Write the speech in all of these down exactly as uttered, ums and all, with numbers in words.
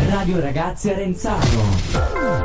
Radio Ragazzi Arenzano.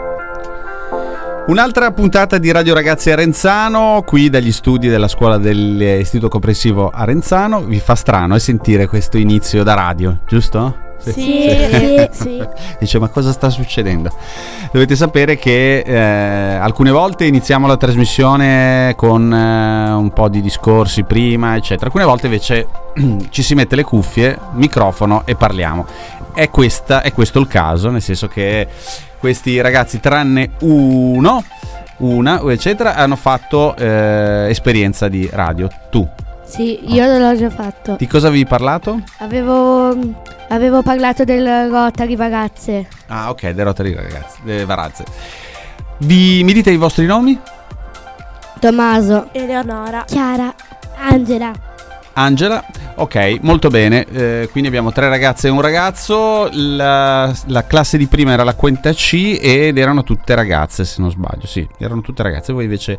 Un'altra puntata di Radio Ragazzi Arenzano, qui dagli studi della scuola dell'Istituto Comprensivo Arenzano. Vi fa strano eh, sentire questo inizio da radio, giusto? Sì, sì, sì, sì. Dice, ma cosa sta succedendo? Dovete sapere che eh, alcune volte iniziamo la trasmissione con eh, un po' di discorsi prima, eccetera. Alcune volte invece ci si mette le cuffie, microfono e parliamo. È, questa, è questo il caso, nel senso che questi ragazzi, tranne uno, una, eccetera, hanno fatto eh, esperienza di radio. Tu? Sì, io oh. l'ho già fatto. Di cosa avevi parlato? Avevo, avevo parlato del Rotary Varazze. Ah, ok, del Rotary Ragazzi, eh, Varazze. Vi, mi dite i vostri nomi? Tommaso, Eleonora, Chiara, Angela. Angela, ok, molto bene, eh, quindi abbiamo tre ragazze e un ragazzo, la, la classe di prima era la quinta C ed erano tutte ragazze, se non sbaglio, sì, erano tutte ragazze, voi invece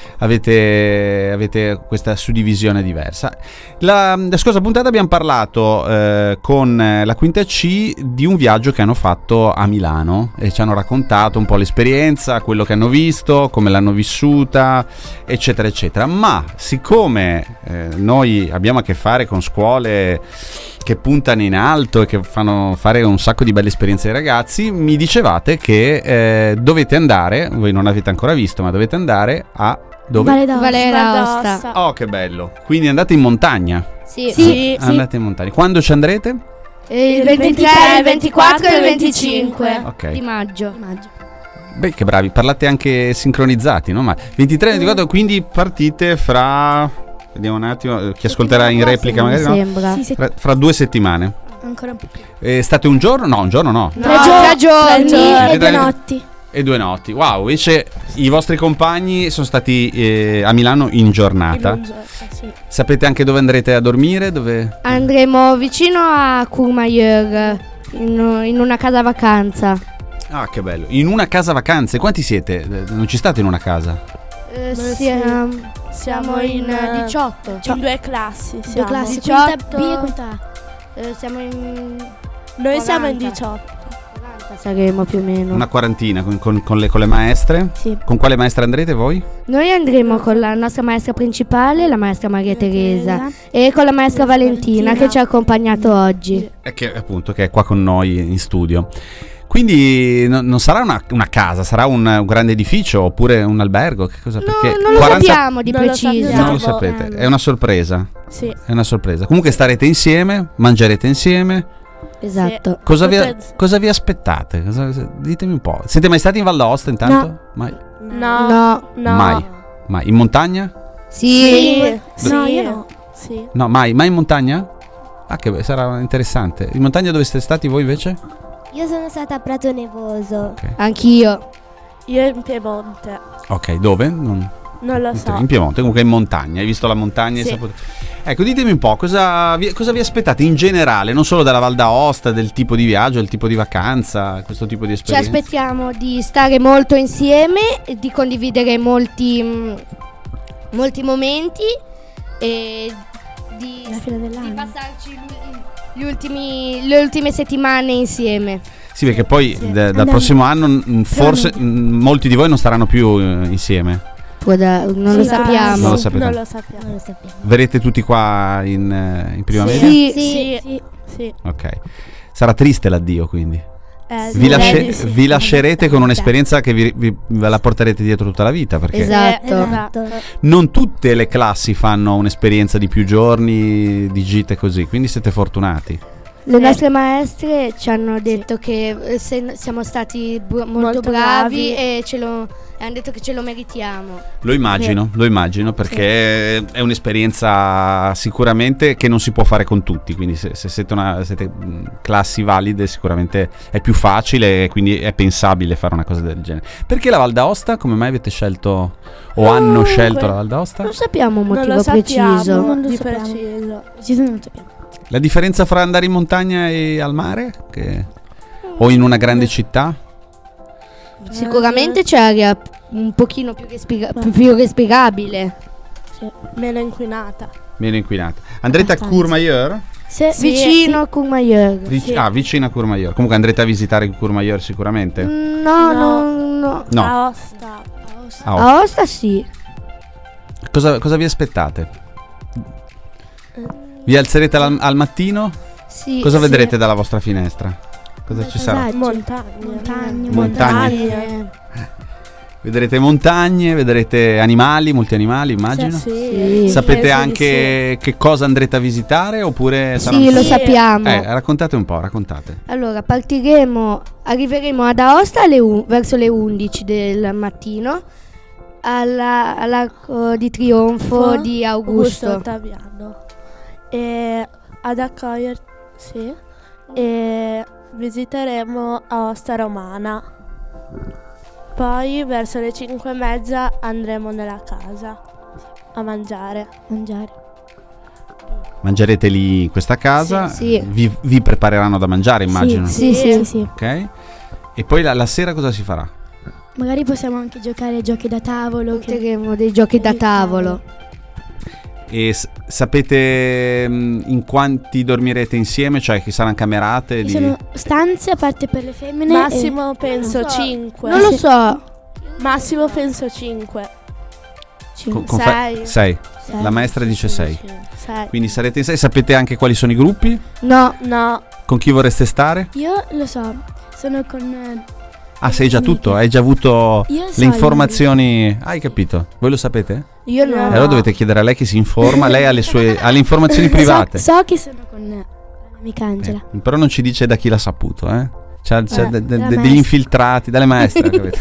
avete, avete questa suddivisione diversa. La, la scorsa puntata abbiamo parlato eh, con la quinta C di un viaggio che hanno fatto a Milano e ci hanno raccontato un po' l'esperienza, quello che hanno visto, come l'hanno vissuta, eccetera, eccetera, ma siccome eh, noi abbiamo abbiamo a che fare con scuole che puntano in alto e che fanno fare un sacco di belle esperienze ai ragazzi, mi dicevate che eh, dovete andare, voi non avete ancora visto, ma dovete andare a dove? Valle d'Aosta. Valle d'Aosta. Oh, che bello! Quindi andate in montagna? Sì, sì. Andate sì. in montagna. Quando ci andrete? Il ventitré, il ventiquattro e il venticinque okay. di maggio. Di maggio. Beh, che bravi, parlate anche sincronizzati, no? Ma ventitré e ventiquattro, quindi partite fra... Vediamo un attimo, chi ascolterà in replica magari no? Sembra. Sì, sì. Fra, fra due settimane. Ancora un po' più. Eh, state un giorno? No, un giorno no. no. Tre, gio- tre giorni. Tre giorni e due notti. E due notti. Wow, invece i vostri compagni sono stati eh, a Milano in giornata. In un giorno, sì. Sapete anche dove andrete a dormire? Dove? Andremo vicino a Courmayeur, in, in una casa vacanza. Ah, che bello. In una casa vacanze. Quanti siete? Non ci state in una casa? Eh, Sì. siamo, Siamo in in diciotto. in due classi. Due Siamo. classi, diciotto. quinta B e quinta A. Eh, siamo in Noi siamo in quaranta. diciotto. quaranta saremo più o meno. Una quarantina con, con, con, le, con le maestre? Sì. Con quale maestra andrete voi? Noi andremo con la nostra maestra principale, la maestra Maria Teresa, e con la maestra Valentina, Valentina che ci ha accompagnato oggi. E che appunto che è qua con noi in studio. Quindi no, non sarà una, una casa, sarà un, un grande edificio oppure un albergo? Che cosa? No, Perché non lo quaranta sappiamo di Non lo preciso. sappiamo. Non lo sapete, è una sorpresa. Sì. È una sorpresa. Comunque starete insieme, mangerete insieme. Esatto. Cosa vi, Potete- cosa vi aspettate? Cosa- ditemi un po'. Siete mai stati in Val d'Aosta intanto? No. Mai. No. No. No. Mai. Mai. In montagna? Sì. Sì. No, Sì. io no. Sì. No, mai. Mai in montagna? Ah, che be- sarà interessante. In montagna dove siete stati voi invece? Io sono stata a Prato Nevoso. Ok. Anch'io. Io in Piemonte. Ok, dove? Non... Non lo so. In Piemonte, comunque in montagna. Hai visto la montagna? Hai Sì. saputo- Ecco, ditemi un po', cosa vi, cosa vi aspettate in generale, non solo dalla Val d'Aosta, del tipo di viaggio, del tipo di vacanza, questo tipo di Ci esperienza? aspettiamo di stare molto insieme, e di condividere molti, mh, molti momenti e di, La fine di dell'anno. passarci l'u- gli ultimi, le ultime settimane insieme. Sì, perché poi Sì. da- dal Andiamo. prossimo anno mh, forse mh, molti di voi non staranno più eh, insieme. Può da- non lo Sì, sappiamo. Non lo sapete. Non lo sappiamo. Non lo sappiamo. Verrete tutti qua in, eh, in prima Sì. media? Sì, Sì. Sì. Sì. Ok. Sarà triste l'addio quindi. Eh, Vi, lasce- direi di sì. vi lascerete con un'esperienza che vi, vi- ve la porterete dietro tutta la vita, perché Esatto. Eh, esatto. non tutte le classi fanno un'esperienza di più giorni, di gite così, quindi siete fortunati. Le nostre maestre ci hanno detto che eh, se- siamo stati bu- molto, Molto bravi, bravi. e ce lo e hanno detto che ce lo meritiamo. Lo immagino, lo immagino perché è un'esperienza sicuramente che non si può fare con tutti, quindi se, se siete, una, siete mh, classi valide sicuramente è più facile e quindi è pensabile fare una cosa del genere. Perché la Val d'Aosta? Come mai avete scelto o hanno Uh, scelto que- la Val d'Aosta? Non sappiamo un Non motivo lo sappiamo. preciso. Non lo di sappiamo. preciso. Ci sono, non sappiamo. La differenza fra andare in montagna e al mare? Che... O in una grande città? Sicuramente c'è aria un pochino più, respira- più, più respirabile. Sì. Meno inquinata. Meno inquinata. Andrete a Abbastanza. Courmayeur? Se- sì, Vicino a Courmayeur. Vic- Sì. Ah, vicino a Courmayeur. Comunque andrete a visitare Courmayeur sicuramente. No, No. no, no. No. Aosta. Ah, oh. A Aosta sì. Cosa, cosa vi aspettate? Vi alzerete al, al mattino? Sì. Cosa sì. vedrete dalla vostra finestra? Cosa ci sarà? Paesaggi. Montagne. Montagne, Montagne. Vedrete montagne, vedrete animali, molti animali immagino. Sì. Sì. Sapete penso di anche che cosa andrete a visitare oppure Sì, saranno- lo Sì. sappiamo. Eh, raccontate un po', raccontate. Allora, partiremo, arriveremo ad Aosta alle un- verso le undici del mattino alla- all'Arco di Trionfo sì. di Augusto Augusto. Ottaviano. E ad accoglierci e visiteremo Aosta Romana. Poi verso le cinque e mezza andremo nella casa a mangiare. Mangiare. Mangerete lì in questa casa, Sì, sì. Vi, vi prepareranno da mangiare immagino. Sì, sì. Sì, sì. Ok? E poi la, la sera cosa si farà? Magari possiamo anche giocare a giochi da tavolo. Che... Porteremo dei giochi da Dei tavolo. E s- sapete mh, in quanti dormirete insieme? Cioè che saranno camerate? Ci Di... sono stanze a parte per le femmine. Massimo penso Non so. cinque. Non lo so. Massimo penso cinque. e Con- cinque. confer- sei. sei. Sei. La maestra dice sei. Sei. Quindi sarete in sei. Sapete anche quali sono i gruppi? No. No. Con chi vorreste stare? Io lo so, sono con... eh, Ah, sai già amiche. tutto? Hai già avuto Io so le i informazioni? Hai capito? Voi lo sapete? Io no. No. Allora dovete chiedere a lei che si informa. Lei ha le sue ha le informazioni private. So, so che sono con eh, la mia amica Angela. Eh, però non ci dice da chi l'ha saputo, eh? C'ha, c'ha Eh, de- de- dalla de- degli maestra. infiltrati, dalle maestre. capito?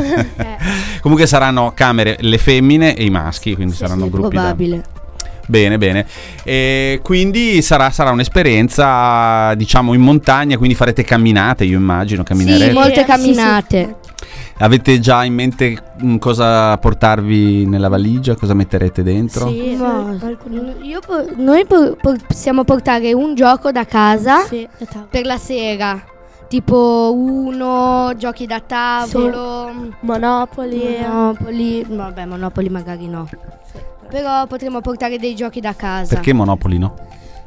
Comunque saranno camere le femmine e i maschi, quindi saranno Sì, gruppi da... probabile. Bene, bene. E quindi sarà, sarà un'esperienza, diciamo, in montagna, quindi farete camminate, io immagino, camminerete. Sì, molte Sì, camminate. Avete già in mente mh, cosa portarvi nella valigia, cosa metterete dentro? Sì. No, Qualcuno- io po- noi po- po- possiamo portare un gioco da casa Sì. Da tavolo. per la sera. Tipo uno, giochi da tavolo, Monopoli. Monopoli. Vabbè, Monopoli magari no. Però potremo portare dei giochi da casa. Perché Monopoli no?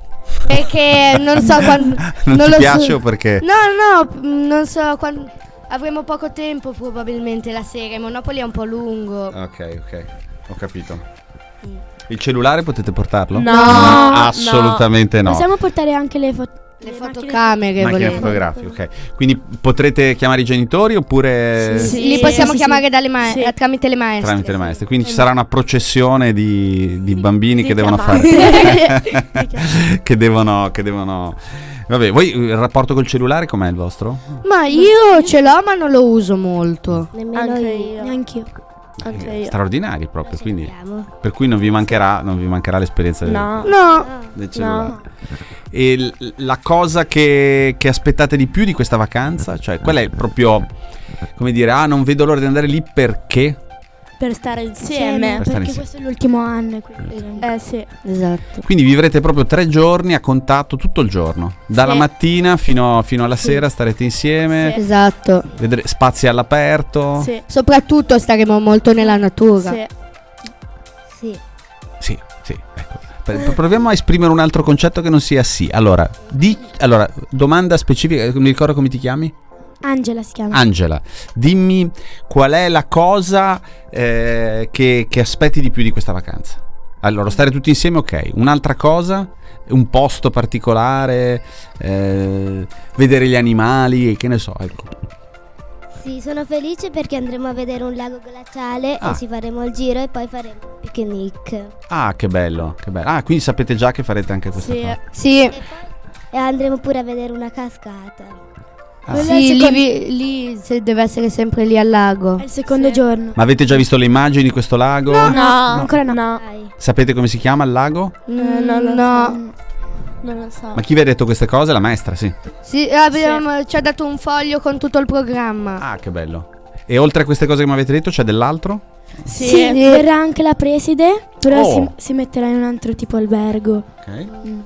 Perché non so quando. Non, ti lo piace so. o perché? No, no, mm, non so quando. Avremo poco tempo probabilmente la sera. Il Monopoli è un po' lungo. Ok, ok, ho capito. Il cellulare potete portarlo? No, assolutamente no. Possiamo portare anche le, fo- Le macchine- fotocamere. Macchine volevo. fotografiche, ok. Quindi potrete chiamare i genitori oppure Sì. Li possiamo sì, sì. chiamare dalle ma- Sì. eh, tramite le maestre. tramite le maestre. Quindi ci sarà una processione di, di bambini Di che devono chiamate. fare che devono che devono Vabbè, voi il rapporto col cellulare com'è il vostro? Ma io ce l'ho, ma non lo uso molto. Nemmeno Anche io. io. Neanch'io. Anche io. Straordinari proprio, quindi Cerchiamo. per cui non vi mancherà non vi mancherà l'esperienza del- No. No. del cellulare. E l- la cosa che, che aspettate di più di questa vacanza? Cioè, qual è proprio, come dire, ah, non vedo l'ora di andare lì perché? Per stare Insieme, insieme. Per stare perché insieme. questo è l'ultimo anno. e quindi- Eh sì. Esatto. Quindi vivrete proprio tre giorni a contatto tutto il giorno. Dalla Sì. mattina fino, fino alla sera starete insieme, Sì. Esatto. vedrete spazi all'aperto. Sì. Soprattutto staremo molto nella natura. Sì. Sì. Sì, sì, ecco. P- Proviamo a esprimere un altro concetto che non sia sì. Allora, di, allora domanda specifica, mi ricordo come ti chiami? Angela si chiama. Angela, dimmi qual è la cosa eh, che, che aspetti di più di questa vacanza. Allora, stare tutti insieme, ok. Un'altra cosa, un posto particolare, eh, vedere gli animali, che ne so, ecco. Sì, sono felice perché andremo a vedere un lago glaciale Ah. e ci faremo il giro e poi faremo un picnic. Ah, che bello, che bello. Ah, quindi sapete già che farete anche questa Sì. cosa. Sì, E poi e andremo pure a vedere una cascata. Ah. Quello è il sì, lì, secondo- vi- lì se deve essere sempre lì al lago. È il secondo Sì. giorno. Ma avete già visto le immagini di questo lago? No. ancora no. No. Dai. Sapete come si chiama il lago? Eh, non lo no. Mm. Non lo so. Ma chi vi ha detto queste cose? La maestra, sì. Sì, abbiamo- ci ha dato un foglio con tutto il programma. Ah, che bello. E oltre a queste cose che mi avete detto c'è dell'altro? Sì. Sì, verrà anche la preside, però Oh. si, si metterà in un altro tipo albergo. Ok.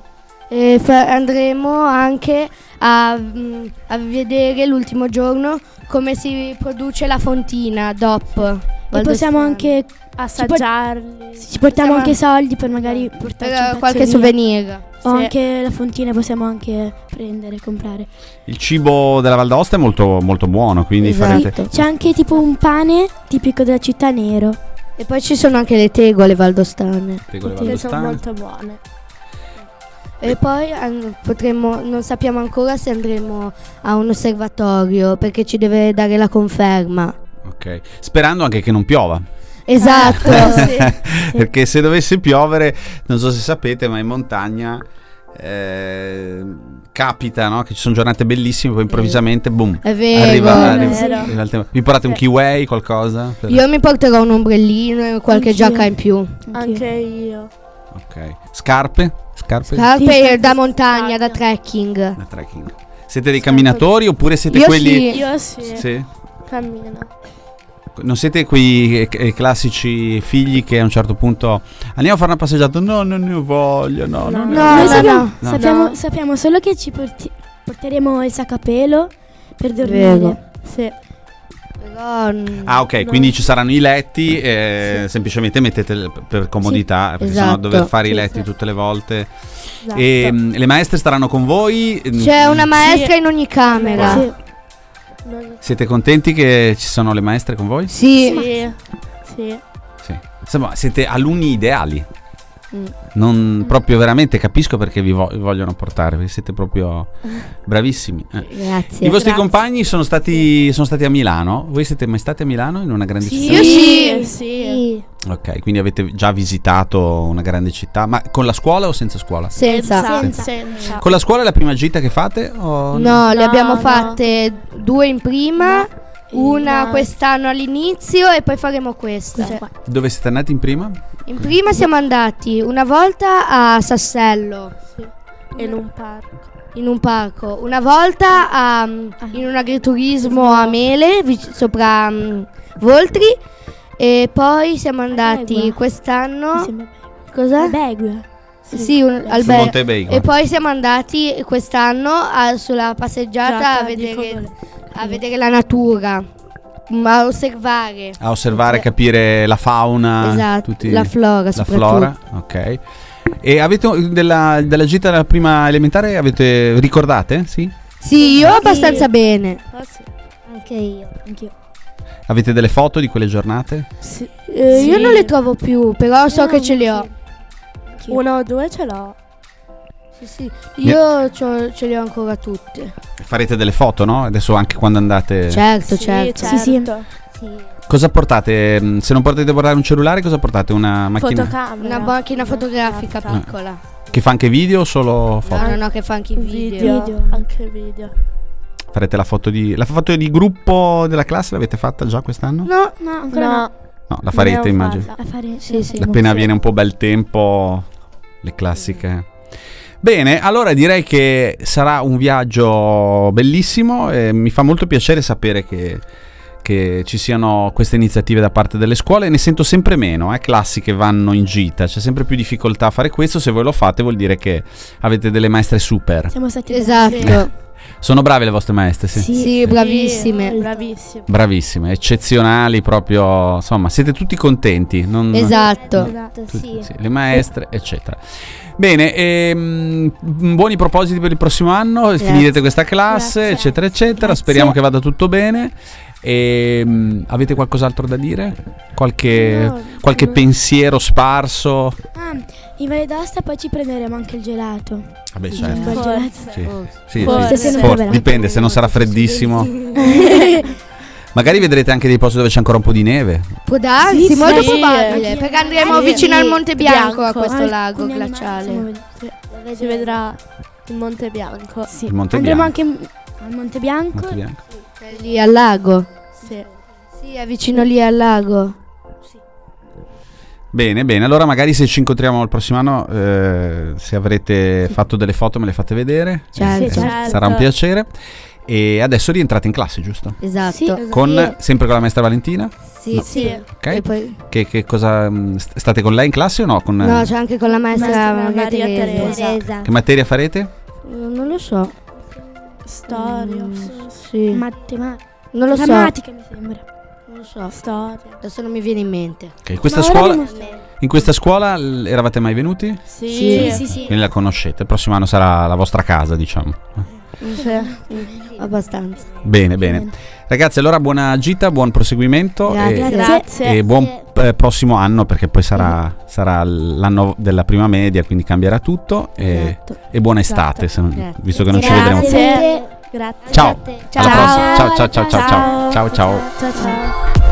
E fa- andremo anche a, mm, a vedere l'ultimo giorno come si produce la fontina D O P. E possiamo anche Assaggiarli. ci portiamo Possiamo- anche soldi per magari per portarci un pezzo qualche via. souvenir. O anche la fontina possiamo anche prendere e comprare. Il cibo della Val d'Aosta è molto, molto buono, quindi Esatto. farete... C'è anche tipo un pane tipico della città nero. E poi ci sono anche le tegole valdostane. Tegole Che sono valdostane. molto buone. E poi an- potremmo, non sappiamo ancora se andremo a un osservatorio perché ci deve dare la conferma. Ok, sperando anche che non piova. Esatto. Sì. Perché se dovesse piovere, non so se sapete, ma in montagna eh, capita, no? Che ci sono giornate bellissime, poi improvvisamente, boom, È vero. arriva, È arriva- vero. arriva il tempo. Vi portate un kiwi, qualcosa? Per- Io mi porterò un ombrellino e qualche Anch'io. giacca in più. Anche io. Ok. Scarpe? Scarpe Scarpe Sì, da sì, montagna, sì. da trekking. da trekking. Siete dei camminatori oppure siete Io quelli... sì. Io sì. Sì? Cammino. Non siete quei eh, eh, classici figli che a un certo punto andiamo a fare una passeggiata? No, non ne ho voglia, no, No, non ne no, ho Noi voglia. no, sappiamo, no. sappiamo, No. sappiamo solo che ci porti- porteremo il sacco a pelo per dormire. Vero. Sì. Però mm, Ah, ok, No. quindi ci saranno i letti, eh, semplicemente mettete il- per comodità, perché sennò esatto. dover fare i Sì, letti sì. tutte le volte. Esatto. E mh, le maestre staranno con voi? c'è una maestra Sì. in ogni camera. Sì. Non- Siete contenti che ci sono le maestre con voi? Sì. Sì. Sì. Sì. Insomma, siete alunni ideali. Mm. Non proprio veramente capisco perché vi vo- vogliono portare, perché siete proprio bravissimi. Eh. Grazie. I vostri Grazie. compagni sono stati, sono stati a Milano? Voi siete mai stati a Milano in una grande città? Io sì. Sì. Sì. Ok, quindi avete già visitato una grande città, ma con la scuola o senza scuola? Senza. Senza. Senza. Con la scuola è la prima gita che fate? O No, le No, abbiamo no. fatte due in prima, una No. quest'anno all'inizio e poi faremo questa. Sì. Dove siete andati in prima? In prima siamo andati una volta a Sassello, Sì. In un parco. in un parco, una volta a, in un agriturismo a Mele, vic- sopra um, Voltri, e poi siamo andati Begua. quest'anno... Mi sembra Cos'è? Begua. Sì, un, al Su Be- Monte Beigua. E poi siamo andati quest'anno a- sulla passeggiata a Giata di vedere, Covole. a vedere la natura, mm, a osservare. A osservare, capire la fauna, Esatto, tutti- la flora la soprattutto. flora, ok. E avete della, della gita della prima elementare avete ricordate? Sì? Sì, io abbastanza bene. Ah, sì. Anche io. Anch'io. Avete delle foto di quelle giornate? Sì. Eh, Sì. Io non le trovo più, però so No, che ce le ho. Anch'io. Una o due ce l'ho. Sì, sì. Io c'ho- ce le ho ancora tutte. Farete delle foto, no? Adesso anche quando andate... Certo, Sì, certo. Sì, sì. Sì. Cosa portate? Mm, Se non potete portare un cellulare, cosa portate? Una macchina Fotocamera. Una macchina fotografica Fotografica. piccola. che fa anche video o solo foto? No, no, no, che fa anche i video. Video. Video. Anche video. Farete la foto di... La foto di gruppo della classe l'avete fatta già quest'anno? No, No, ancora no. No, la farete Dobbiamo immagino. farla. A fare Sì, sì. Appena viene un po' bel tempo, le classiche. Bene, allora direi che sarà un viaggio bellissimo e mi fa molto piacere sapere che, che ci siano queste iniziative da parte delle scuole. Ne sento sempre meno, eh, classi che vanno in gita, c'è sempre più difficoltà a fare questo. Se voi lo fate vuol dire che avete delle maestre super. Siamo stati esatto. Sono brave le vostre maestre, sì. Sì, Sì, bravissime. Bravissime. Bravissime, eccezionali proprio, insomma, siete tutti contenti. Non... Esatto. Esatto, Tutti, sì. sì, le maestre, eccetera. Bene, ehm, buoni propositi per il prossimo anno, Grazie. finirete questa classe, Grazie. eccetera, eccetera. Grazie. Speriamo che vada tutto bene. Ehm, avete qualcos'altro da dire? Qualche, No, qualche no. pensiero sparso? Ah, in Valle d'Aosta poi ci prenderemo anche il gelato. Vabbè, Un certo. bel Forse. gelato. Sì, sì, Forse, sì. se non Forse, troverà. dipende, se non sarà freddissimo. Magari vedrete anche dei posti dove c'è ancora un po' di neve. Può darsi, Sì, molto sì. probabile. Sì. Perché andremo Sì. vicino al Monte Bianco, a Bianco. questo lago Alcuni animali glaciale. siamo venuti- Si vedrà il Monte Bianco. Sì. Il Monte Andremo Bianco. anche al Monte Bianco. Monte Bianco. È lì al lago. Sì. Sì, è vicino lì al lago. Bene, bene. Allora magari se ci incontriamo il prossimo anno, eh, se avrete fatto delle foto me le fate vedere. Certo. Sì, certo. Sarà un piacere. E adesso rientrate in classe, giusto? Esatto. Sì, esatto. Con, sempre con la maestra Valentina? Sì, Sì. Ok. E poi, Che, che cosa mh, st- state con lei in classe o no? Con, no, eh, c'è anche con la maestra Maestra Maria Maria Teresa. Teresa. Teresa. che materia farete? Eh, Non lo so. Storia. Mm, sì. sì. Matematica. Non lo so. Grammatica mi sembra. Non lo so. Storia. Adesso non mi viene in mente. Ok, questa Ma ora scuola, abbiamo- In questa scuola l- eravate mai venuti? Sì, Sì. sì, sì. Quindi la conoscete. Il prossimo anno sarà la vostra casa, diciamo. Abbastanza. Bene, bene. Ragazzi, allora buona gita, buon proseguimento Grazie. e, Grazie. e buon eh, prossimo anno, perché poi sarà, sarà l'anno della prima media, quindi cambierà tutto. E, Esatto. e buona estate, se non- Grazie. visto che non ci Grazie. vedremo più. Grazie. Grazie. Ciao. Grazie. Alla Ciao. prossima. Ciao, ciao, ciao, ciao, ciao. Ciao, ciao. Ciao ciao.